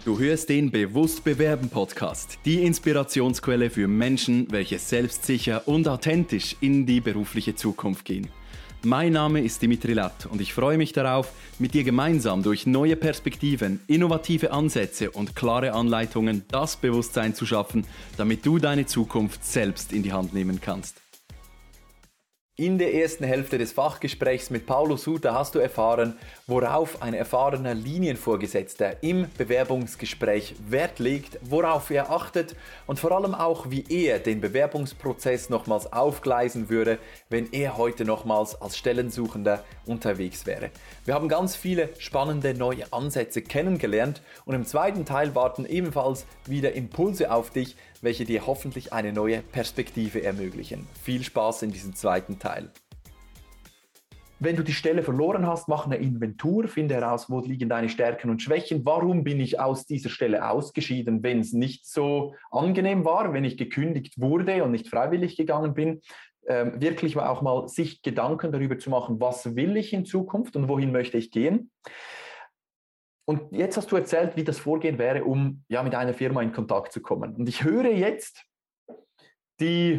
Du hörst den Bewusst bewerben Podcast, die Inspirationsquelle für Menschen, welche selbstsicher und authentisch in die berufliche Zukunft gehen. Mein Name ist Dimitri Latt und ich freue mich darauf, mit dir gemeinsam durch neue Perspektiven, innovative Ansätze und klare Anleitungen das Bewusstsein zu schaffen, damit du deine Zukunft selbst in die Hand nehmen kannst. In der ersten Hälfte des Fachgesprächs mit Paulo Suter hast du erfahren, worauf ein erfahrener Linienvorgesetzter im Bewerbungsgespräch Wert legt, worauf er achtet und vor allem auch, wie er den Bewerbungsprozess nochmals aufgleisen würde, wenn er heute nochmals als Stellensuchender unterwegs wäre. Wir haben ganz viele spannende neue Ansätze kennengelernt und im zweiten Teil warten ebenfalls wieder Impulse auf dich, welche dir hoffentlich eine neue Perspektive ermöglichen. Viel Spaß in diesem zweiten Teil. Wenn du die Stelle verloren hast, mach eine Inventur, finde heraus, wo liegen deine Stärken und Schwächen. Warum bin ich aus dieser Stelle ausgeschieden, wenn es nicht so angenehm war, wenn ich gekündigt wurde und nicht freiwillig gegangen bin? Wirklich auch mal sich Gedanken darüber zu machen, was will ich in Zukunft und wohin möchte ich gehen? Und jetzt hast du erzählt, wie das Vorgehen wäre, um mit einer Firma in Kontakt zu kommen. Und ich höre jetzt die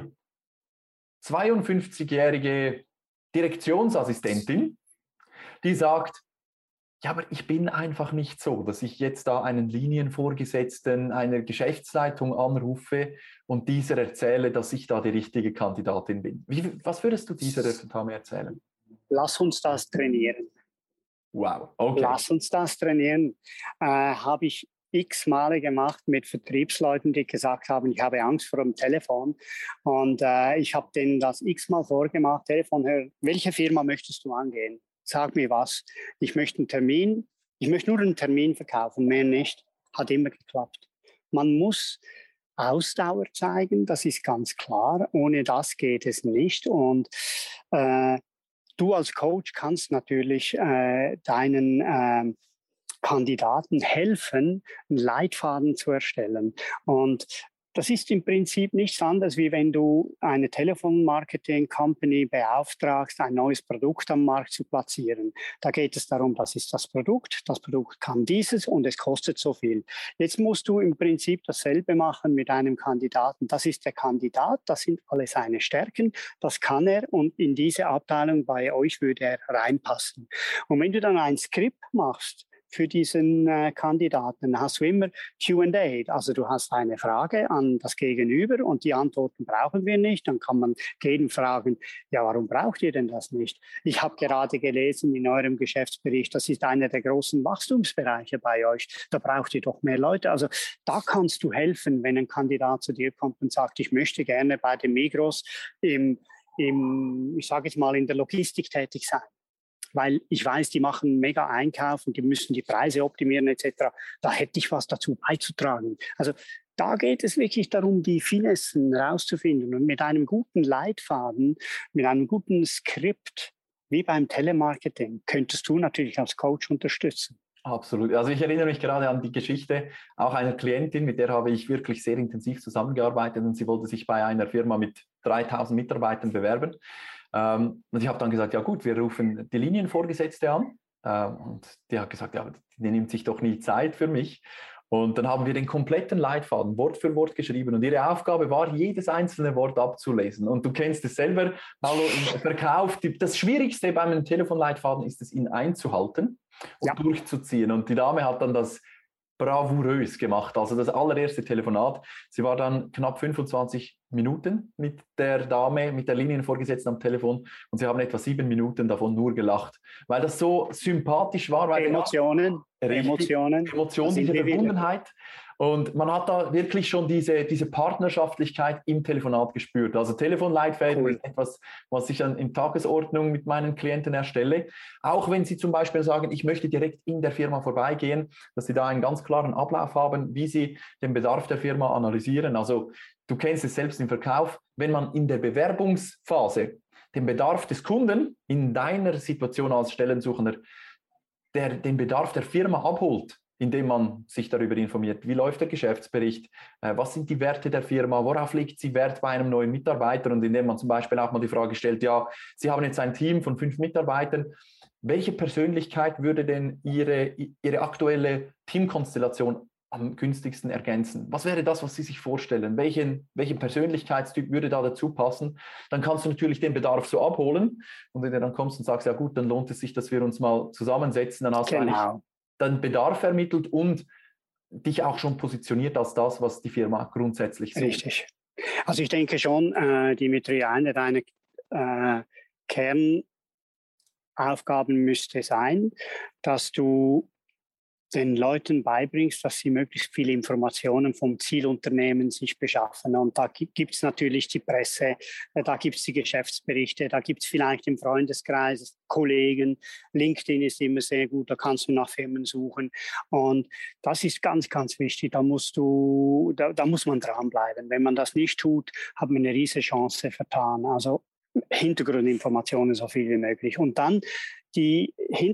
52-jährige Direktionsassistentin, die sagt, ja, aber ich bin einfach nicht so, dass ich jetzt da einen Linienvorgesetzten einer Geschäftsleitung anrufe und dieser erzähle, dass ich da die richtige Kandidatin bin. Was würdest du dieser Dame erzählen? Lass uns das trainieren. Wow, okay. Lass uns das trainieren. Habe ich x Male gemacht mit Vertriebsleuten, die gesagt haben, ich habe Angst vor dem Telefon. Und ich habe denen das x-mal vorgemacht. Telefonhörer, welche Firma möchtest du angehen? Sag mir was. Ich möchte einen Termin. Ich möchte nur einen Termin verkaufen, mehr nicht. Hat immer geklappt. Man muss Ausdauer zeigen, das ist ganz klar. Ohne das geht es nicht. Und du als Coach kannst natürlich deinen Kandidaten helfen, einen Leitfaden zu erstellen. Und das ist im Prinzip nichts anderes, wie wenn du eine Telefonmarketing-Company beauftragst, ein neues Produkt am Markt zu platzieren. Da geht es darum, das ist das Produkt kann dieses und es kostet so viel. Jetzt musst du im Prinzip dasselbe machen mit einem Kandidaten. Das ist der Kandidat, das sind alle seine Stärken, das kann er und in diese Abteilung bei euch würde er reinpassen. Und wenn du dann ein Skript machst, für diesen Kandidaten hast du immer Q&A. Also du hast eine Frage an das Gegenüber und die Antworten brauchen wir nicht. Dann kann man jeden fragen, ja, warum braucht ihr denn das nicht? Ich habe gerade gelesen in eurem Geschäftsbericht, das ist einer der großen Wachstumsbereiche bei euch. Da braucht ihr doch mehr Leute. Also da kannst du helfen, wenn ein Kandidat zu dir kommt und sagt, ich möchte gerne bei dem Migros ich sage jetzt mal, in der Logistik tätig sein. Weil ich weiß, die machen mega Einkauf und die müssen die Preise optimieren etc. Da hätte ich was dazu beizutragen. Also da geht es wirklich darum, die Finessen rauszufinden. Und mit einem guten Leitfaden, mit einem guten Skript, wie beim Telemarketing, könntest du natürlich als Coach unterstützen. Absolut. Also ich erinnere mich gerade an die Geschichte auch einer Klientin, mit der habe ich wirklich sehr intensiv zusammengearbeitet und sie wollte sich bei einer Firma mit 3000 Mitarbeitern bewerben. Und ich habe dann gesagt, ja gut, wir rufen die Linienvorgesetzte an. Und die hat gesagt, ja, die nimmt sich doch nie Zeit für mich. Und dann haben wir den kompletten Leitfaden Wort für Wort geschrieben und ihre Aufgabe war, jedes einzelne Wort abzulesen. Und du kennst es selber, Paulo, im Verkauf, das Schwierigste bei einem Telefonleitfaden ist es, ihn einzuhalten und durchzuziehen. Und die Dame hat dann das bravourös gemacht, also das allererste Telefonat. Sie war dann knapp 25 Minuten mit der Dame, mit der Linienvorgesetzten am Telefon und sie haben etwa 7 Minuten davon nur gelacht, weil das so sympathisch war. Weil Emotionen, diese Verbundenheit. Und man hat da wirklich schon diese Partnerschaftlichkeit im Telefonat gespürt. Also Telefonleitfäden ist etwas, was ich in Tagesordnung mit meinen Klienten erstelle. Auch wenn sie zum Beispiel sagen, ich möchte direkt in der Firma vorbeigehen, dass sie da einen ganz klaren Ablauf haben, wie sie den Bedarf der Firma analysieren. Also du kennst es selbst im Verkauf, wenn man in der Bewerbungsphase den Bedarf des Kunden in deiner Situation als Stellensuchender, den Bedarf der Firma abholt, indem man sich darüber informiert, wie läuft der Geschäftsbericht, was sind die Werte der Firma, worauf legt sie Wert bei einem neuen Mitarbeiter und indem man zum Beispiel auch mal die Frage stellt, ja, Sie haben jetzt ein Team von 5 Mitarbeitern, welche Persönlichkeit würde denn Ihre aktuelle Teamkonstellation am günstigsten ergänzen? Was wäre das, was Sie sich vorstellen? Welchen Persönlichkeitstyp würde da dazu passen? Dann kannst du natürlich den Bedarf so abholen und wenn du dann kommst und sagst, ja gut, dann lohnt es sich, dass wir uns mal zusammensetzen, dann hast du eigentlich den Bedarf ermittelt und dich auch schon positioniert als das, was die Firma grundsätzlich sucht. Richtig. Also ich denke schon, Dimitri, eine deiner Kernaufgaben müsste sein, dass du den Leuten beibringst, dass sie möglichst viele Informationen vom Zielunternehmen sich beschaffen. Und da gibt es natürlich die Presse, da gibt es die Geschäftsberichte, da gibt es vielleicht im Freundeskreis Kollegen. LinkedIn ist immer sehr gut, da kannst du nach Firmen suchen. Und das ist ganz, ganz wichtig. Da muss man dranbleiben. Wenn man das nicht tut, hat man eine riesige Chance vertan. Also Hintergrundinformationen so viel wie möglich. Und dann die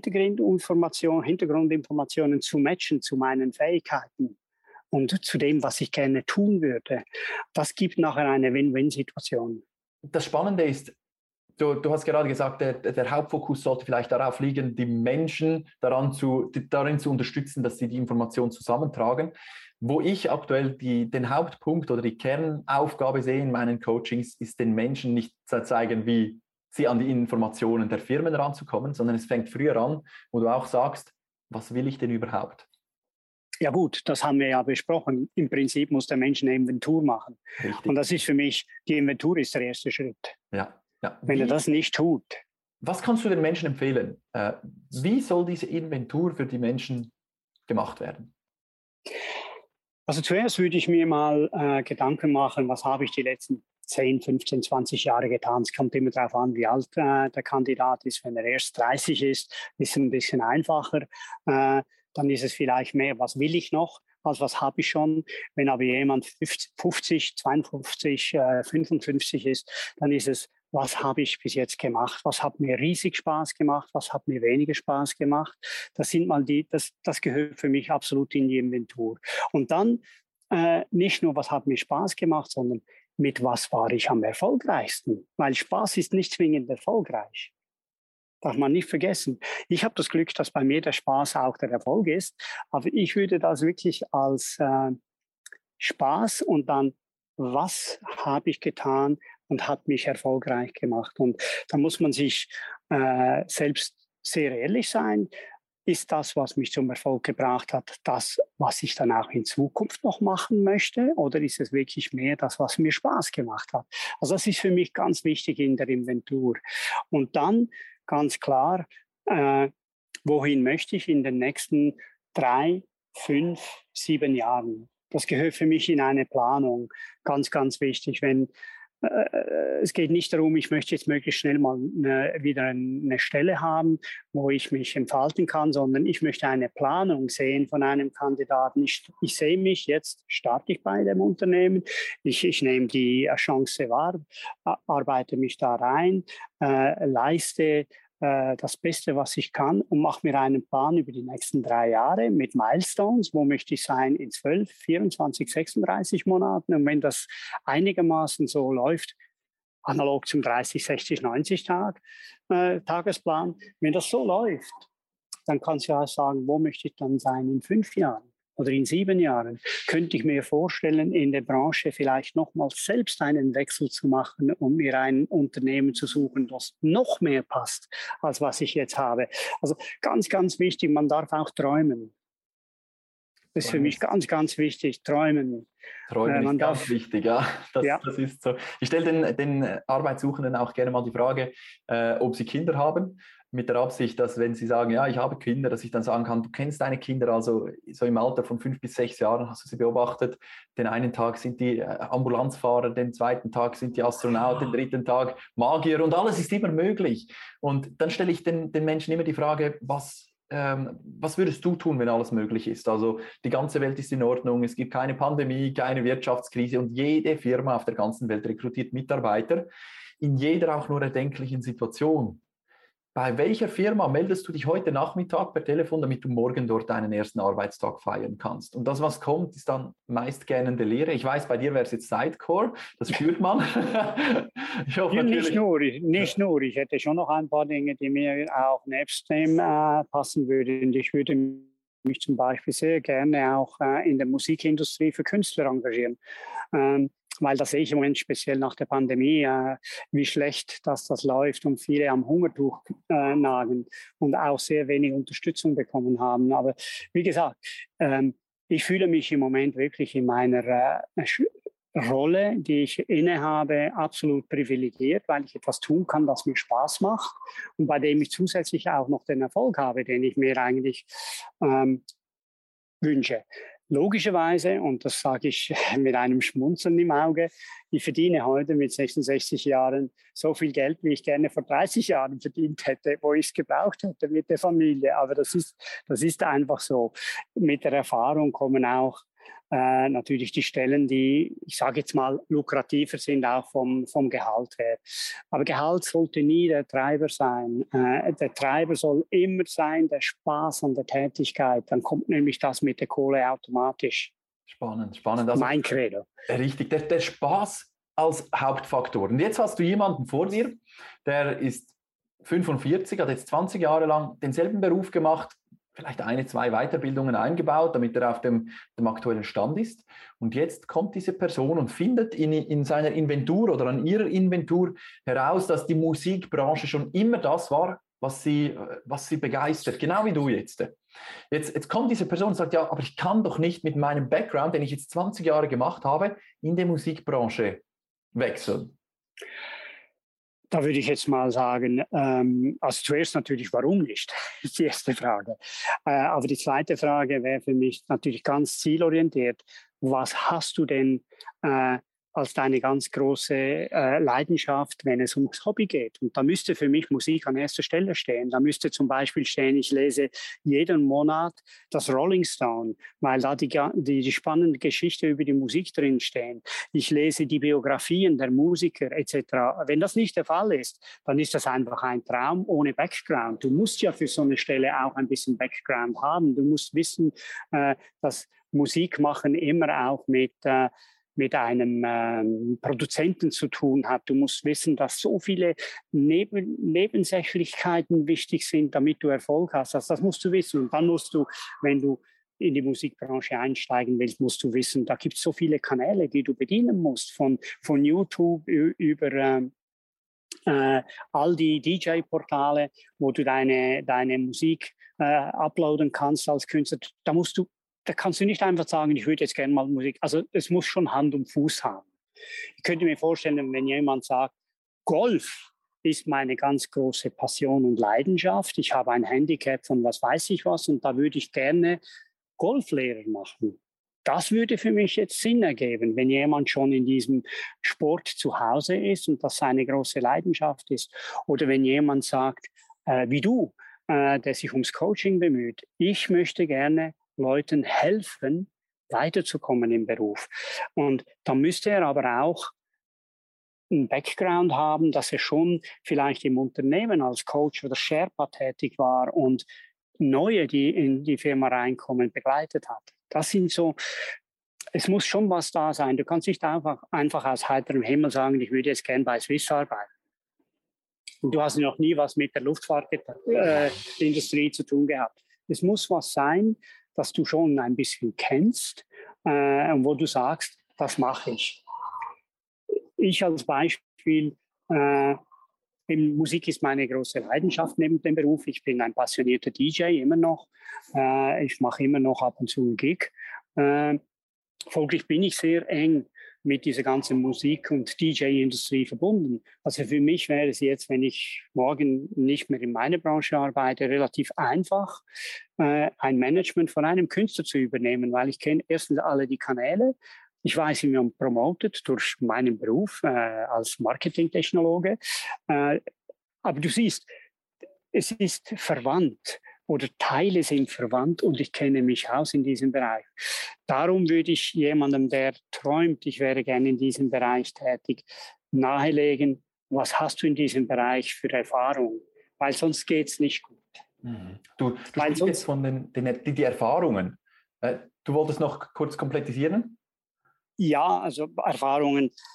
Hintergrundinformationen zu matchen zu meinen Fähigkeiten und zu dem, was ich gerne tun würde. Das gibt nachher eine Win-Win-Situation. Das Spannende ist, du hast gerade gesagt, der Hauptfokus sollte vielleicht darauf liegen, die Menschen darin zu unterstützen, dass sie die Informationen zusammentragen. Wo ich aktuell den Hauptpunkt oder die Kernaufgabe sehe in meinen Coachings, ist den Menschen nicht zu zeigen, wie sie an die Informationen der Firmen ranzukommen, sondern es fängt früher an, wo du auch sagst, was will ich denn überhaupt? Ja gut, das haben wir ja besprochen. Im Prinzip muss der Mensch eine Inventur machen. Richtig. Und das ist für mich, die Inventur ist der erste Schritt. Ja. Wenn er das nicht tut. Was kannst du den Menschen empfehlen? Wie soll diese Inventur für die Menschen gemacht werden? Also zuerst würde ich mir mal Gedanken machen, was habe ich die letzten 10, 15, 20 Jahre getan. Es kommt immer darauf an, wie alt der Kandidat ist. Wenn er erst 30 ist es ein bisschen einfacher. Dann ist es vielleicht mehr, was will ich noch, als was habe ich schon. Wenn aber jemand 50, 52, 55 ist, dann ist es, was habe ich bis jetzt gemacht? Was hat mir riesig Spaß gemacht? Was hat mir weniger Spaß gemacht? Das sind mal das gehört für mich absolut in die Inventur. Und dann nicht nur, was hat mir Spaß gemacht, sondern mit was war ich am erfolgreichsten? Weil Spaß ist nicht zwingend erfolgreich. Darf man nicht vergessen. Ich habe das Glück, dass bei mir der Spaß auch der Erfolg ist. Aber ich würde das wirklich als Spaß und dann, was habe ich getan und hat mich erfolgreich gemacht. Und da muss man sich selbst sehr ehrlich sein. Ist das, was mich zum Erfolg gebracht hat, das, was ich dann auch in Zukunft noch machen möchte? Oder ist es wirklich mehr das, was mir Spaß gemacht hat? Also das ist für mich ganz wichtig in der Inventur. Und dann ganz klar, wohin möchte ich in den nächsten 3, 5, 7 Jahren? Das gehört für mich in eine Planung. Ganz, ganz wichtig. Es geht nicht darum, ich möchte jetzt möglichst schnell mal wieder eine Stelle haben, wo ich mich entfalten kann, sondern ich möchte eine Planung sehen von einem Kandidaten. Ich sehe mich, jetzt starte ich bei dem Unternehmen, ich nehme die Chance wahr, arbeite mich da rein, leiste das Beste, was ich kann und mache mir einen Plan über die nächsten 3 Jahre mit Milestones. Wo möchte ich sein in 12, 24, 36 Monaten? Und wenn das einigermaßen so läuft, analog zum 30, 60, 90 Tagesplan, wenn das so läuft, dann kannst du ja sagen, wo möchte ich dann sein in 5 Jahren? Oder in 7 Jahren, könnte ich mir vorstellen, in der Branche vielleicht nochmals selbst einen Wechsel zu machen, um mir ein Unternehmen zu suchen, das noch mehr passt, als was ich jetzt habe. Also ganz, ganz wichtig, man darf auch träumen. Das ist für mich ganz, ganz wichtig, träumen. Träumen ist ganz wichtig, ja. Das ist so. Ich stelle den Arbeitssuchenden auch gerne mal die Frage, ob sie Kinder haben, mit der Absicht, dass wenn sie sagen, ja, ich habe Kinder, dass ich dann sagen kann, du kennst deine Kinder, also so im Alter von 5 bis 6 Jahren hast du sie beobachtet. Den einen Tag sind die Ambulanzfahrer, den zweiten Tag sind die Astronauten, den dritten Tag Magier und alles ist immer möglich. Und dann stelle ich den Menschen immer die Frage, was würdest du tun, wenn alles möglich ist? Also die ganze Welt ist in Ordnung, es gibt keine Pandemie, keine Wirtschaftskrise und jede Firma auf der ganzen Welt rekrutiert Mitarbeiter in jeder auch nur erdenklichen Situation. Bei welcher Firma meldest du dich heute Nachmittag per Telefon, damit du morgen dort deinen ersten Arbeitstag feiern kannst? Und das, was kommt, ist dann meist gähnende Leere. Ich weiß, bei dir wäre es jetzt Sidecore, das spürt man. Ich hoffe, ja, nicht nur. Ich hätte schon noch ein paar Dinge, die mir auch nebst dem passen würden. Ich würde mich zum Beispiel sehr gerne auch in der Musikindustrie für Künstler engagieren. Weil das sehe ich im Moment speziell nach der Pandemie, wie schlecht das läuft und viele am Hungertuch nagen und auch sehr wenig Unterstützung bekommen haben. Aber wie gesagt, ich fühle mich im Moment wirklich in meiner Rolle, die ich innehabe, absolut privilegiert, weil ich etwas tun kann, das mir Spaß macht und bei dem ich zusätzlich auch noch den Erfolg habe, den ich mir eigentlich wünsche. Logischerweise, und das sage ich mit einem Schmunzeln im Auge, ich verdiene heute mit 66 Jahren so viel Geld, wie ich gerne vor 30 Jahren verdient hätte, wo ich es gebraucht hätte mit der Familie. Aber das ist einfach so. Mit der Erfahrung kommen auch natürlich die Stellen, die, ich sage jetzt mal, lukrativer sind, auch vom Gehalt her. Aber Gehalt sollte nie der Treiber sein. Der Treiber soll immer sein, der Spaß an der Tätigkeit. Dann kommt nämlich das mit der Kohle automatisch. Spannend, spannend. Also, mein Credo. Richtig, der Spaß als Hauptfaktor. Und jetzt hast du jemanden vor dir, der ist 45, hat jetzt 20 Jahre lang denselben Beruf gemacht, vielleicht 1, 2 Weiterbildungen eingebaut, damit er auf dem aktuellen Stand ist. Und jetzt kommt diese Person und findet in seiner Inventur oder an ihrer Inventur heraus, dass die Musikbranche schon immer das war, was sie begeistert, genau wie du jetzt. Jetzt kommt diese Person und sagt, ja, aber ich kann doch nicht mit meinem Background, den ich jetzt 20 Jahre gemacht habe, in die Musikbranche wechseln. Da würde ich jetzt mal sagen, also zuerst natürlich, warum nicht, ist die erste Frage. Aber die zweite Frage wäre für mich natürlich ganz zielorientiert. Was hast du denn als deine ganz große Leidenschaft, wenn es ums Hobby geht? Und da müsste für mich Musik an erster Stelle stehen. Da müsste zum Beispiel stehen, ich lese jeden Monat das Rolling Stone, weil da die spannende Geschichte über die Musik drinstehen. Ich lese die Biografien der Musiker etc. Wenn das nicht der Fall ist, dann ist das einfach ein Traum ohne Background. Du musst ja für so eine Stelle auch ein bisschen Background haben. Du musst wissen, dass Musik machen immer auch mit einem Produzenten zu tun hat. Du musst wissen, dass so viele Nebensächlichkeiten wichtig sind, damit du Erfolg hast. Also das musst du wissen. Und dann musst du, wenn du in die Musikbranche einsteigen willst, musst du wissen, da gibt es so viele Kanäle, die du bedienen musst, von YouTube über all die DJ-Portale, wo du deine Musik uploaden kannst als Künstler. Da kannst du nicht einfach sagen, ich würde jetzt gerne mal Musik. Also es muss schon Hand und Fuß haben. Ich könnte mir vorstellen, wenn jemand sagt, Golf ist meine ganz große Passion und Leidenschaft. Ich habe ein Handicap von was weiß ich was und da würde ich gerne Golflehrer machen. Das würde für mich jetzt Sinn ergeben, wenn jemand schon in diesem Sport zu Hause ist und das seine große Leidenschaft ist. Oder wenn jemand sagt, wie du, der sich ums Coaching bemüht, ich möchte gerne Leuten helfen, weiterzukommen im Beruf. Und da müsste er aber auch einen Background haben, dass er schon vielleicht im Unternehmen als Coach oder Sherpa tätig war und Neue, die in die Firma reinkommen, begleitet hat. Das sind so, es muss schon was da sein. Du kannst nicht einfach aus heiterem Himmel sagen, ich würde jetzt gern bei Swiss arbeiten. Und du hast noch nie was mit der Luftfahrtindustrie zu tun gehabt. Es muss was sein, das du schon ein bisschen kennst und wo du sagst, das mache ich. Ich als Beispiel, Musik ist meine große Leidenschaft neben dem Beruf. Ich bin ein passionierter DJ immer noch. Ich mache immer noch ab und zu einen Gig. Folglich bin ich sehr eng mit dieser ganzen Musik- und DJ-Industrie verbunden. Also für mich wäre es jetzt, wenn ich morgen nicht mehr in meiner Branche arbeite, relativ einfach, ein Management von einem Künstler zu übernehmen, weil ich kenne erstens alle die Kanäle. Ich weiß, wie man promotet durch meinen Beruf als Marketingtechnologe. Aber du siehst, es ist verwandt oder Teile sind verwandt und ich kenne mich aus in diesem Bereich. Darum würde ich jemandem, der träumt, ich wäre gerne in diesem Bereich tätig, nahelegen, was hast du in diesem Bereich für Erfahrung? Weil sonst geht es nicht gut. Du sprichst jetzt von die Erfahrungen. Du wolltest noch kurz komplettisieren? Ja, also Erfahrungen.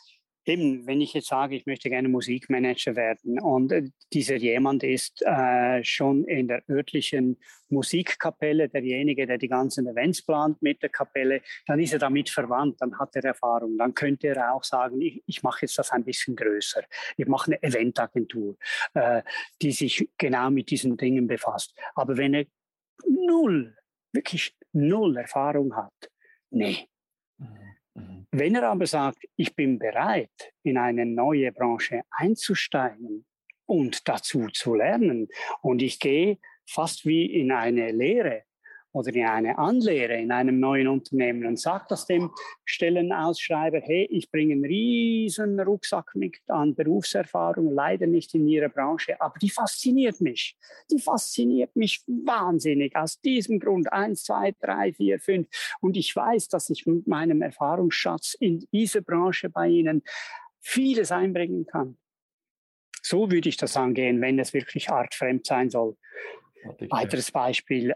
Eben, wenn ich jetzt sage, ich möchte gerne Musikmanager werden und dieser jemand ist schon in der örtlichen Musikkapelle derjenige, der die ganzen Events plant mit der Kapelle, dann ist er damit verwandt, dann hat er Erfahrung. Dann könnte er auch sagen, ich mache jetzt das ein bisschen größer. Ich mache eine Eventagentur, die sich genau mit diesen Dingen befasst. Aber wenn er wirklich null Erfahrung hat, nee. Wenn er aber sagt, ich bin bereit, in eine neue Branche einzusteigen und dazu zu lernen und ich gehe fast wie in eine Lehre oder in eine Anlehre in einem neuen Unternehmen und sage das dem Stellenausschreiber, hey, ich bringe einen riesen Rucksack mit an Berufserfahrung, leider nicht in Ihrer Branche, aber die fasziniert mich. Die fasziniert mich wahnsinnig aus diesem Grund. 1, 2, 3, 4, 5. Und ich weiß, dass ich mit meinem Erfahrungsschatz in dieser Branche bei Ihnen vieles einbringen kann. So würde ich das angehen, wenn es wirklich artfremd sein soll. Weiteres Beispiel,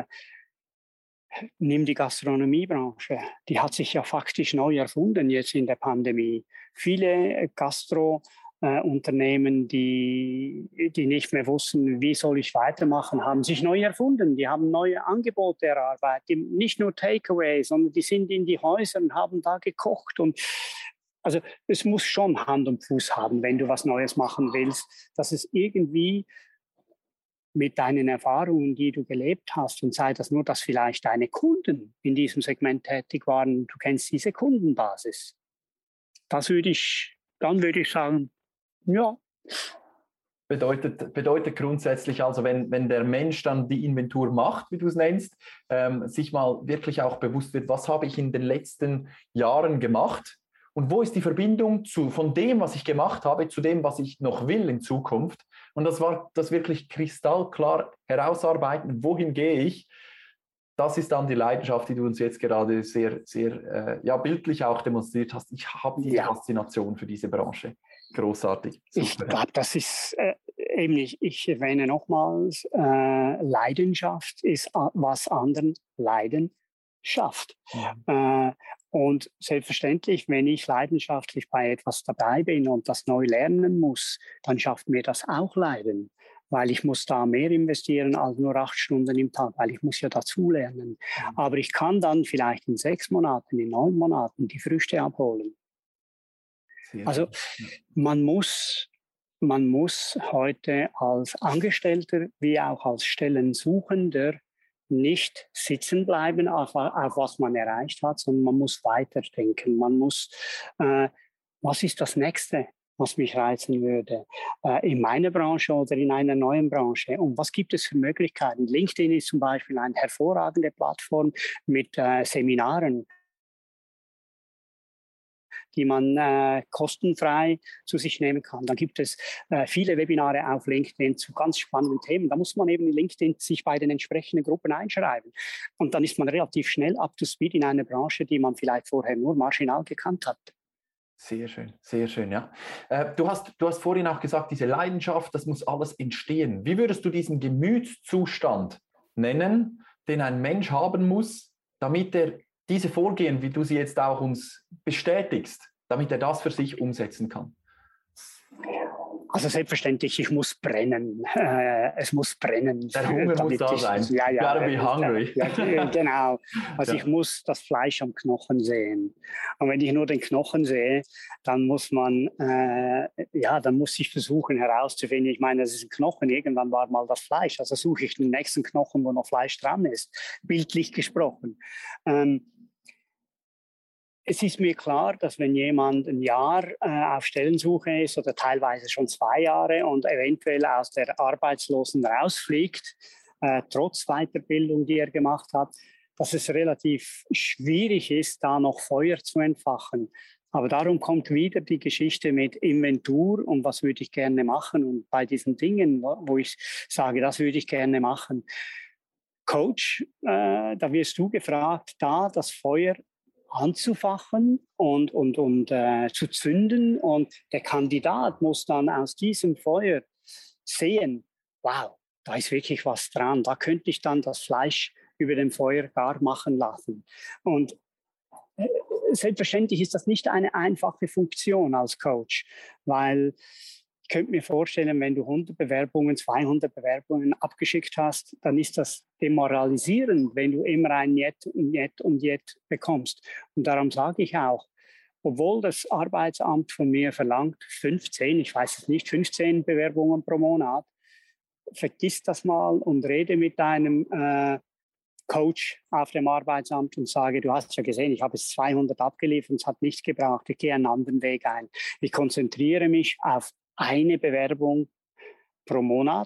nimm die Gastronomiebranche. Die hat sich ja faktisch neu erfunden jetzt in der Pandemie. Viele Gastro-Unternehmen, die nicht mehr wussten, wie soll ich weitermachen, haben sich neu erfunden. Die haben neue Angebote erarbeitet. Nicht nur Takeaway, sondern die sind in die Häuser und haben da gekocht. Und also es muss schon Hand und Fuß haben, wenn du was Neues machen willst, dass es irgendwie mit deinen Erfahrungen, die du gelebt hast, und sei das nur, dass vielleicht deine Kunden in diesem Segment tätig waren, du kennst diese Kundenbasis. Dann würde ich sagen, ja. Bedeutet grundsätzlich also, wenn der Mensch dann die Inventur macht, wie du es nennst, sich mal wirklich auch bewusst wird, was habe ich in den letzten Jahren gemacht und wo ist die Verbindung von dem, was ich gemacht habe, zu dem, was ich noch will in Zukunft. Und das war das wirklich kristallklar herausarbeiten, wohin gehe ich. Das ist dann die Leidenschaft, die du uns jetzt gerade sehr, sehr bildlich auch demonstriert hast. Ich habe diese Faszination für diese Branche. Großartig. Super. Ich glaube, das ist eben, ich erwähne nochmals, Leidenschaft ist was anderen Leidenschaft. Und selbstverständlich, wenn ich leidenschaftlich bei etwas dabei bin und das neu lernen muss, dann schafft mir das auch Leiden, weil ich muss da mehr investieren als nur 8 Stunden im Tag, weil ich muss ja dazulernen. Aber ich kann dann vielleicht in 6 Monaten, in 9 Monaten die Früchte abholen. Also man muss heute als Angestellter wie auch als Stellensuchender nicht sitzen bleiben auf was man erreicht hat, sondern man muss weiterdenken. Man muss, was ist das Nächste, was mich reizen würde, in meiner Branche oder in einer neuen Branche? Und was gibt es für Möglichkeiten? LinkedIn ist zum Beispiel eine hervorragende Plattform mit Seminaren, die man kostenfrei zu sich nehmen kann. Dann gibt es viele Webinare auf LinkedIn zu ganz spannenden Themen. Da muss man eben in LinkedIn sich bei den entsprechenden Gruppen einschreiben. Und dann ist man relativ schnell up to speed in einer Branche, die man vielleicht vorher nur marginal gekannt hat. Sehr schön, ja. Du hast vorhin auch gesagt, diese Leidenschaft, das muss alles entstehen. Wie würdest du diesen Gemütszustand nennen, den ein Mensch haben muss, damit er diese Vorgehen, wie du sie jetzt auch uns bestätigst, damit er das für sich umsetzen kann? Also selbstverständlich, ich muss brennen. Es muss brennen. Der Hunger muss da sein. Ja, you gotta be hungry. Ja, genau. Also ich muss das Fleisch am Knochen sehen. Und wenn ich nur den Knochen sehe, dann muss ich versuchen herauszufinden, ich meine, das ist ein Knochen, irgendwann war mal das Fleisch. Also suche ich den nächsten Knochen, wo noch Fleisch dran ist, bildlich gesprochen. Es ist mir klar, dass wenn jemand ein Jahr auf Stellensuche ist oder teilweise schon 2 Jahre und eventuell aus der Arbeitslosen rausfliegt, trotz Weiterbildung, die er gemacht hat, dass es relativ schwierig ist, da noch Feuer zu entfachen. Aber darum kommt wieder die Geschichte mit Inventur und was würde ich gerne machen. Und bei diesen Dingen, wo ich sage, das würde ich gerne machen. Coach, da wirst du gefragt, da das Feuer anzufachen und zu zünden. Und der Kandidat muss dann aus diesem Feuer sehen, wow, da ist wirklich was dran. Da könnte ich dann das Fleisch über dem Feuer gar machen lassen. Und selbstverständlich ist das nicht eine einfache Funktion als Coach, weil ich könnte mir vorstellen, wenn du 100 Bewerbungen, 200 Bewerbungen abgeschickt hast, dann ist das demoralisierend, wenn du immer ein Jet und Jet und Jet bekommst. Und darum sage ich auch, obwohl das Arbeitsamt von mir verlangt 15, ich weiß es nicht, 15 Bewerbungen pro Monat, vergiss das mal und rede mit deinem Coach auf dem Arbeitsamt und sage, du hast ja gesehen, ich habe es 200 abgeliefert, es hat nichts gebraucht, ich gehe einen anderen Weg ein. Ich konzentriere mich auf eine Bewerbung pro Monat.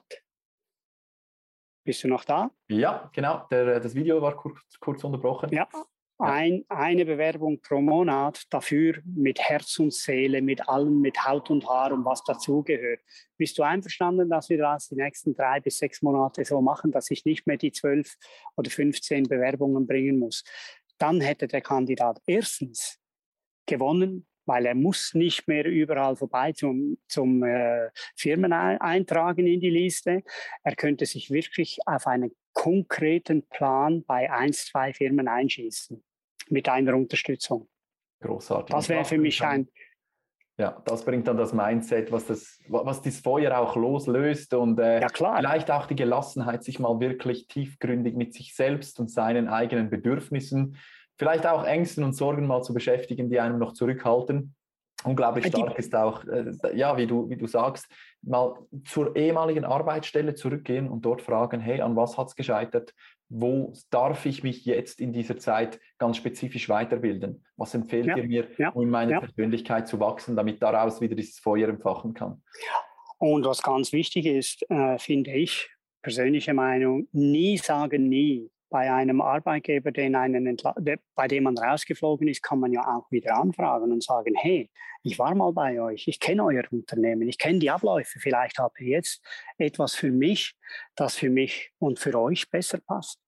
Bist du noch da? Ja, genau. Das Video war kurz unterbrochen. Ja. Eine Bewerbung pro Monat, dafür mit Herz und Seele, mit allem, mit Haut und Haar und was dazugehört. Bist du einverstanden, dass wir das die nächsten 3 bis 6 Monate so machen, dass ich nicht mehr die 12 oder 15 Bewerbungen bringen muss? Dann hätte der Kandidat erstens gewonnen, weil er muss nicht mehr überall vorbei zum Firmen eintragen in die Liste. Er könnte sich wirklich auf einen konkreten Plan bei 1, 2 Firmen einschießen mit einer Unterstützung. Großartig. Das wäre für mich ein... Ja, das bringt dann das Mindset, was das Feuer auch loslöst und ja, klar. Vielleicht auch die Gelassenheit, sich mal wirklich tiefgründig mit sich selbst und seinen eigenen Bedürfnissen, vielleicht auch Ängsten und Sorgen mal zu beschäftigen, die einem noch zurückhalten. Unglaublich stark ist auch, ja, wie du sagst, mal zur ehemaligen Arbeitsstelle zurückgehen und dort fragen, hey, an was hat es gescheitert? Wo darf ich mich jetzt in dieser Zeit ganz spezifisch weiterbilden? Was empfehlt ihr mir, um in meiner Persönlichkeit zu wachsen, damit daraus wieder dieses Feuer entfachen kann? Und was ganz wichtig ist, finde ich, persönliche Meinung, nie sagen nie. Bei einem Arbeitgeber, bei dem man rausgeflogen ist, kann man ja auch wieder anfragen und sagen, hey, ich war mal bei euch, ich kenne euer Unternehmen, ich kenne die Abläufe, vielleicht habt ihr jetzt etwas für mich, das für mich und für euch besser passt.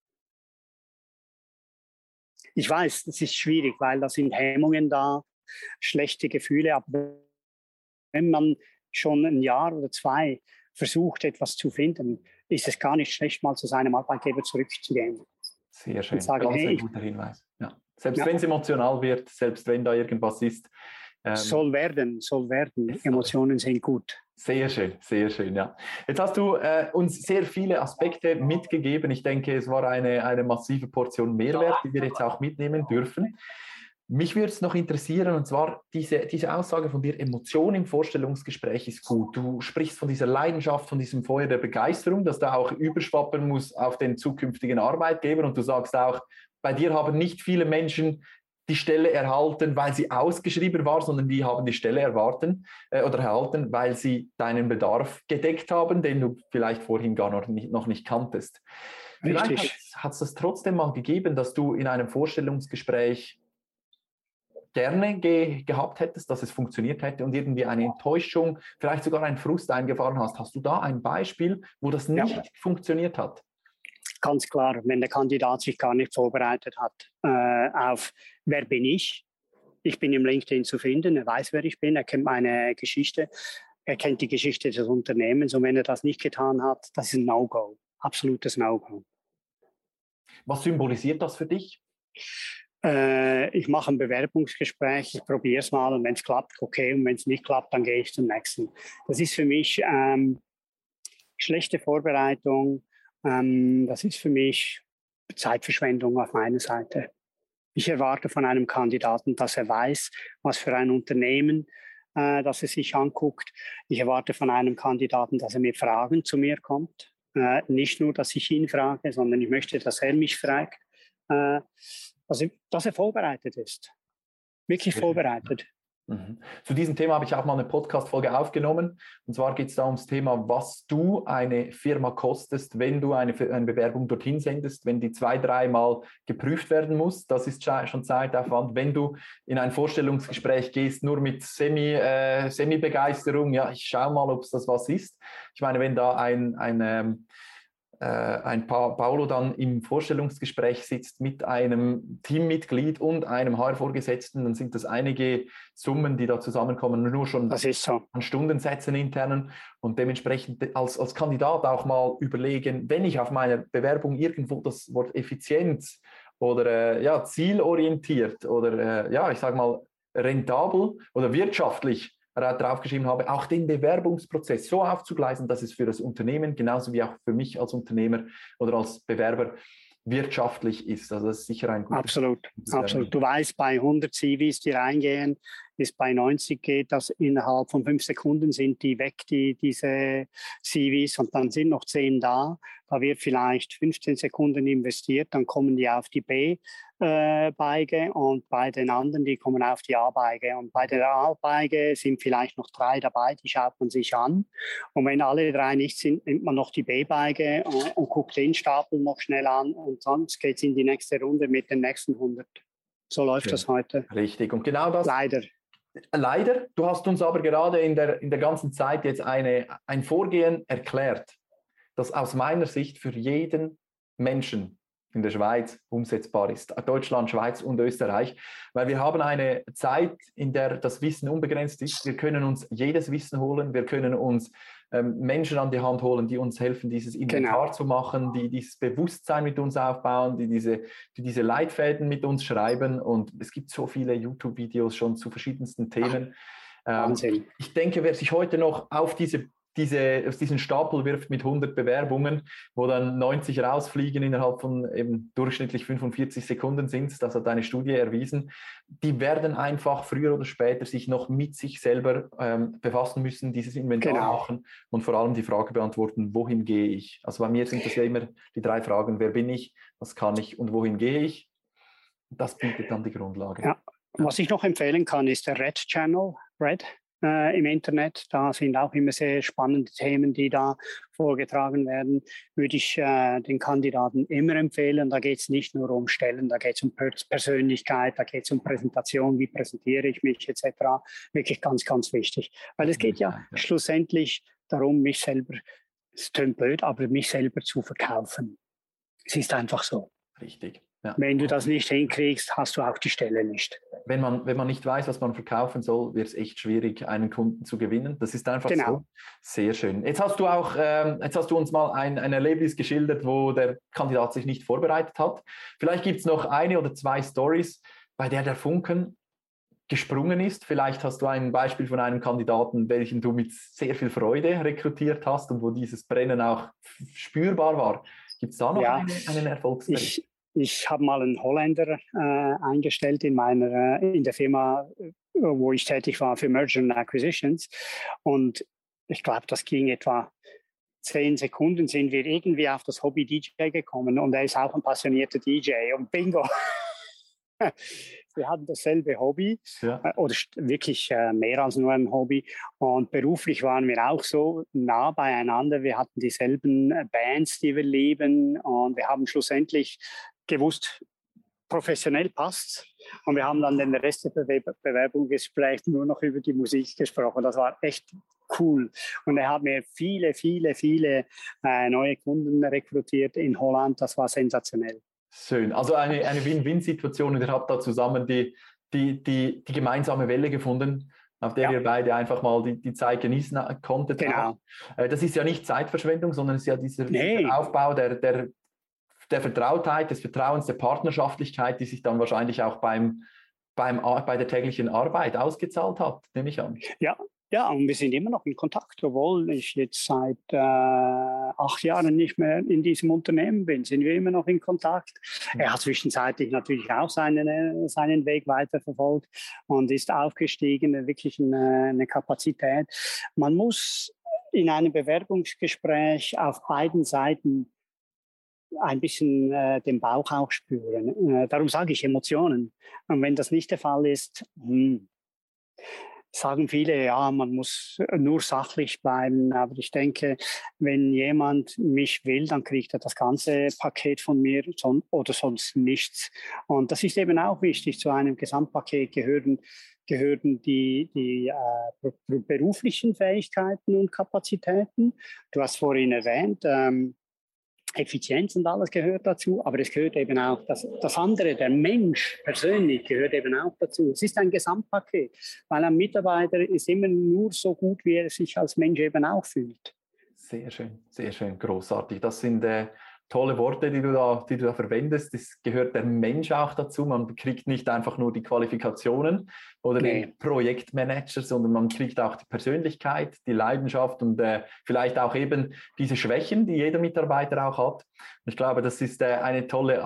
Ich weiß, das ist schwierig, weil da sind Hemmungen da, schlechte Gefühle, aber wenn man schon ein Jahr oder 2 versucht, etwas zu finden, ist es gar nicht schlecht, mal zu seinem Arbeitgeber zurückzugehen. Sehr schön, sagen, ganz ein guter Hinweis. Ja. Selbst wenn es emotional wird, selbst wenn da irgendwas ist. Soll werden. Emotionen sind gut. Sehr schön, ja. Jetzt hast du uns sehr viele Aspekte mitgegeben. Ich denke, es war eine massive Portion Mehrwert, die wir jetzt auch mitnehmen dürfen. Mich würde es noch interessieren, und zwar diese Aussage von dir, Emotion im Vorstellungsgespräch ist gut. Du sprichst von dieser Leidenschaft, von diesem Feuer der Begeisterung, das da auch überschwappen muss auf den zukünftigen Arbeitgeber. Und du sagst auch, bei dir haben nicht viele Menschen die Stelle erhalten, weil sie ausgeschrieben war, sondern die haben die Stelle erhalten, weil sie deinen Bedarf gedeckt haben, den du vielleicht vorhin gar noch nicht kanntest. Vielleicht hat es das trotzdem mal gegeben, dass du in einem Vorstellungsgespräch gerne gehabt hättest, dass es funktioniert hätte und irgendwie eine Enttäuschung, vielleicht sogar einen Frust eingefahren hast. Hast du da ein Beispiel, wo das nicht funktioniert hat? Ganz klar, wenn der Kandidat sich gar nicht vorbereitet hat auf wer bin ich. Ich bin im LinkedIn zu finden, er weiß, wer ich bin, er kennt meine Geschichte, er kennt die Geschichte des Unternehmens und wenn er das nicht getan hat, das ist ein No-Go, absolutes No-Go. Was symbolisiert das für dich? Ich mache ein Bewerbungsgespräch, ich probiere es mal und wenn es klappt, okay, und wenn es nicht klappt, dann gehe ich zum nächsten. Das ist für mich schlechte Vorbereitung, das ist für mich Zeitverschwendung auf meiner Seite. Ich erwarte von einem Kandidaten, dass er weiß, was für ein Unternehmen das er sich anguckt. Ich erwarte von einem Kandidaten, dass er mit Fragen zu mir kommt. Nicht nur, dass ich ihn frage, sondern ich möchte, dass er mich fragt. Dass er vorbereitet ist. Wirklich vorbereitet. Mhm. Zu diesem Thema habe ich auch mal eine Podcast-Folge aufgenommen. Und zwar geht es da ums Thema, was du eine Firma kostest, wenn du eine Bewerbung dorthin sendest, wenn die 2-3 Mal geprüft werden muss. Das ist schon Zeitaufwand. Wenn du in ein Vorstellungsgespräch gehst, nur mit Semi-Begeisterung, ja, ich schaue mal, ob es das was ist. Ich meine, wenn da ein Paolo dann im Vorstellungsgespräch sitzt mit einem Teammitglied und einem HR-Vorgesetzten, dann sind das einige Summen, die da zusammenkommen, nur schon an Stundensätzen internen und dementsprechend als Kandidat auch mal überlegen, wenn ich auf meiner Bewerbung irgendwo das Wort Effizienz oder zielorientiert oder ich sage mal rentabel oder wirtschaftlich draufgeschrieben habe, auch den Bewerbungsprozess so aufzugleisen, dass es für das Unternehmen genauso wie auch für mich als Unternehmer oder als Bewerber wirtschaftlich ist. Also das ist sicher ein gutes... Absolut. Du weißt, bei 100 CVs, die reingehen, ist bei 90 geht das innerhalb von 5 Sekunden sind die weg, diese CVs, und dann sind noch 10 da. Da wird vielleicht 15 Sekunden investiert, dann kommen die auf die B-Beige und bei den anderen, die kommen auf die A-Beige. Und bei der A-Beige sind vielleicht noch 3 dabei, die schaut man sich an. Und wenn alle 3 nicht sind, nimmt man noch die B-Beige und guckt den Stapel noch schnell an und sonst geht es in die nächste Runde mit den nächsten 100. So läuft das heute. Richtig. Und genau das... Leider. Du hast uns aber gerade in der ganzen Zeit jetzt ein Vorgehen erklärt, das aus meiner Sicht für jeden Menschen in der Schweiz umsetzbar ist. Deutschland, Schweiz und Österreich. Weil wir haben eine Zeit, in der das Wissen unbegrenzt ist. Wir können uns jedes Wissen holen. Wir können uns Menschen an die Hand holen, die uns helfen, dieses Inventar zu machen, die dieses Bewusstsein mit uns aufbauen, die diese Leitfäden mit uns schreiben. Und es gibt so viele YouTube-Videos schon zu verschiedensten Themen. Wahnsinn. Ich denke, wer sich heute noch auf diesen Stapel wirft mit 100 Bewerbungen, wo dann 90 rausfliegen innerhalb von eben durchschnittlich 45 Sekunden sind, das hat eine Studie erwiesen, die werden einfach früher oder später sich noch mit sich selber befassen müssen, dieses Inventar machen und vor allem die Frage beantworten, wohin gehe ich? Also bei mir sind das ja immer die 3 Fragen, wer bin ich, was kann ich und wohin gehe ich? Das bietet dann die Grundlage. Ja. Was ich noch empfehlen kann, ist der Red Channel, im Internet. Da sind auch immer sehr spannende Themen, die da vorgetragen werden. Würde ich den Kandidaten immer empfehlen. Da geht es nicht nur um Stellen, da geht es um Persönlichkeit, da geht es um Präsentation, wie präsentiere ich mich etc. Wirklich ganz, ganz wichtig. Weil es geht ja schlussendlich darum, mich selber, es klingt blöd, aber mich selber zu verkaufen. Es ist einfach so. Richtig. Ja. Wenn du das nicht hinkriegst, hast du auch die Stelle nicht. Wenn man nicht weiß, was man verkaufen soll, wird es echt schwierig, einen Kunden zu gewinnen. Das ist einfach so. Sehr schön. Jetzt hast du uns mal ein Erlebnis geschildert, wo der Kandidat sich nicht vorbereitet hat. Vielleicht gibt es noch 1 oder 2 Stories, bei der Funken gesprungen ist. Vielleicht hast du ein Beispiel von einem Kandidaten, welchen du mit sehr viel Freude rekrutiert hast und wo dieses Brennen auch spürbar war. Gibt es da noch einen Erfolgsbericht? Ich habe mal einen Holländer eingestellt in der Firma, wo ich tätig war für Merger and Acquisitions. Und ich glaube, das ging etwa 10 Sekunden, sind wir irgendwie auf das Hobby DJ gekommen. Und er ist auch ein passionierter DJ. Und bingo! Wir hatten dasselbe Hobby, oder wirklich mehr als nur ein Hobby. Und beruflich waren wir auch so nah beieinander. Wir hatten dieselben Bands, die wir lieben. Und wir haben schlussendlich gewusst, professionell passt's. Und wir haben dann den Rest des Bewerbungsgesprächs nur noch über die Musik gesprochen. Das war echt cool. Und er hat mir viele neue Kunden rekrutiert in Holland. Das war sensationell. Schön. Also eine Win-Win-Situation und ihr habt da zusammen die gemeinsame Welle gefunden, auf der ihr beide einfach mal die Zeit genießen konntet. Genau. Das ist ja nicht Zeitverschwendung, sondern es ist ja dieser Aufbau der Vertrautheit, des Vertrauens, der Partnerschaftlichkeit, die sich dann wahrscheinlich auch bei der täglichen Arbeit ausgezahlt hat, nehme ich an. Ja, und wir sind immer noch in Kontakt, obwohl ich jetzt seit 8 Jahren nicht mehr in diesem Unternehmen bin, sind wir immer noch in Kontakt. Er hat zwischenzeitlich natürlich auch seinen Weg weiterverfolgt und ist aufgestiegen, wirklich eine Kapazität. Man muss in einem Bewerbungsgespräch auf beiden Seiten ein bisschen den Bauch auch spüren. Darum sage ich Emotionen. Und wenn das nicht der Fall ist, sagen viele, ja, man muss nur sachlich bleiben. Aber ich denke, wenn jemand mich will, dann kriegt er das ganze Paket von mir oder sonst nichts. Und das ist eben auch wichtig. Zu einem Gesamtpaket gehören die beruflichen Fähigkeiten und Kapazitäten. Du hast vorhin erwähnt, Effizienz und alles gehört dazu, aber es gehört eben auch das andere, der Mensch persönlich gehört eben auch dazu. Es ist ein Gesamtpaket, weil ein Mitarbeiter ist immer nur so gut, wie er sich als Mensch eben auch fühlt. Sehr schön, großartig. Das sind tolle Worte, die du da verwendest. Es gehört der Mensch auch dazu. Man kriegt nicht einfach nur die Qualifikationen oder den Projektmanager, sondern man kriegt auch die Persönlichkeit, die Leidenschaft und vielleicht auch eben diese Schwächen, die jeder Mitarbeiter auch hat. Und ich glaube, das ist ein toller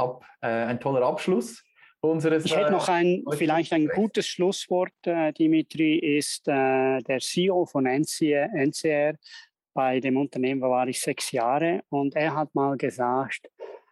Abschluss. Ich hätte noch vielleicht ein gutes Schlusswort, Dimitri, ist der CEO von NCR. Bei dem Unternehmen war ich 6 Jahre und er hat mal gesagt,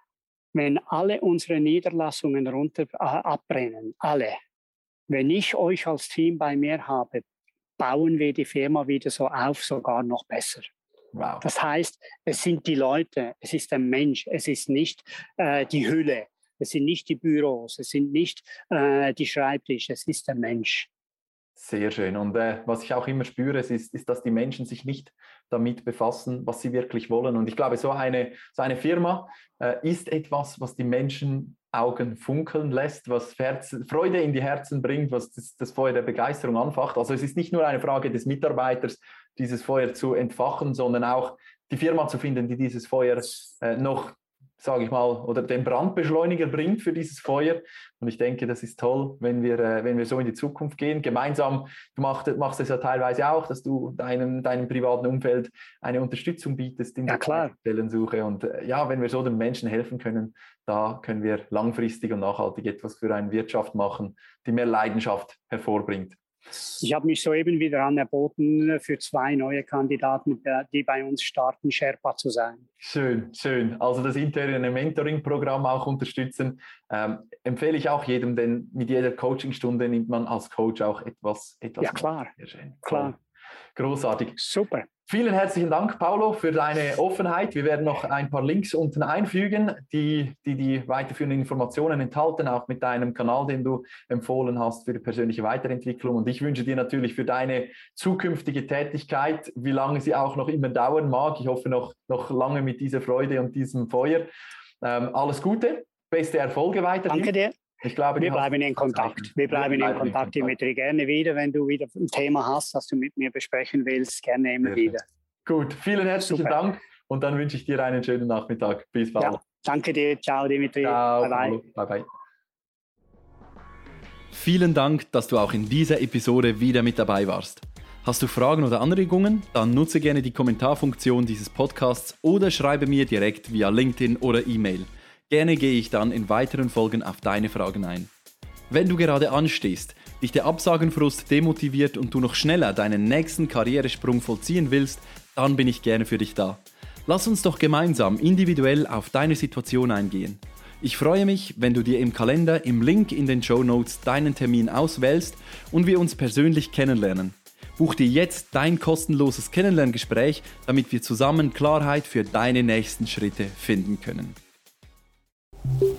wenn alle unsere Niederlassungen abbrennen, alle, wenn ich euch als Team bei mir habe, bauen wir die Firma wieder so auf, sogar noch besser. Wow. Das heißt, es sind die Leute, es ist der Mensch, es ist nicht die Hülle. Es sind nicht die Büros, es sind nicht die Schreibtische, es ist der Mensch. Sehr schön. Und was ich auch immer spüre, ist, dass die Menschen sich nicht damit befassen, was sie wirklich wollen. Und ich glaube, so eine Firma ist etwas, was die Menschen Augen funkeln lässt, was Freude in die Herzen bringt, was das Feuer der Begeisterung anfacht. Also es ist nicht nur eine Frage des Mitarbeiters, dieses Feuer zu entfachen, sondern auch die Firma zu finden, die dieses Feuer noch, sage ich mal, oder den Brandbeschleuniger bringt für dieses Feuer. Und ich denke, das ist toll, wenn wir so in die Zukunft gehen. Gemeinsam, du machst es ja teilweise auch, dass du deinem privaten Umfeld eine Unterstützung bietest in der Stellensuche. Und wenn wir so den Menschen helfen können, da können wir langfristig und nachhaltig etwas für eine Wirtschaft machen, die mehr Leidenschaft hervorbringt. Ich habe mich soeben wieder anerboten, für 2 neue Kandidaten, die bei uns starten, Sherpa zu sein. Schön, schön. Also das interne Mentoring-Programm auch unterstützen. Empfehle ich auch jedem, denn mit jeder Coachingstunde nimmt man als Coach auch etwas. Ja, klar. Sehr schön. Klar. Großartig. Super. Vielen herzlichen Dank, Paulo, für deine Offenheit. Wir werden noch ein paar Links unten einfügen, die weiterführenden Informationen enthalten, auch mit deinem Kanal, den du empfohlen hast für die persönliche Weiterentwicklung. Und ich wünsche dir natürlich für deine zukünftige Tätigkeit, wie lange sie auch noch immer dauern mag, ich hoffe noch lange mit dieser Freude und diesem Feuer. Alles Gute, beste Erfolge weiterhin. Danke dir. Ich glaube, wir bleiben in Kontakt. Wir bleiben in Kontakt, Dimitri. Gerne wieder, wenn du wieder ein Thema hast, das du mit mir besprechen willst, gerne immer wieder. Gut, vielen herzlichen Dank und dann wünsche ich dir einen schönen Nachmittag. Bis bald. Ja, danke dir. Ciao, Dimitri. Ciao, bye, bye. Bye. Vielen Dank, dass du auch in dieser Episode wieder mit dabei warst. Hast du Fragen oder Anregungen? Dann nutze gerne die Kommentarfunktion dieses Podcasts oder schreibe mir direkt via LinkedIn oder E-Mail. Gerne gehe ich dann in weiteren Folgen auf deine Fragen ein. Wenn du gerade anstehst, dich der Absagenfrust demotiviert und du noch schneller deinen nächsten Karrieresprung vollziehen willst, dann bin ich gerne für dich da. Lass uns doch gemeinsam individuell auf deine Situation eingehen. Ich freue mich, wenn du dir im Kalender im Link in den Shownotes deinen Termin auswählst und wir uns persönlich kennenlernen. Buch dir jetzt dein kostenloses Kennenlerngespräch, damit wir zusammen Klarheit für deine nächsten Schritte finden können.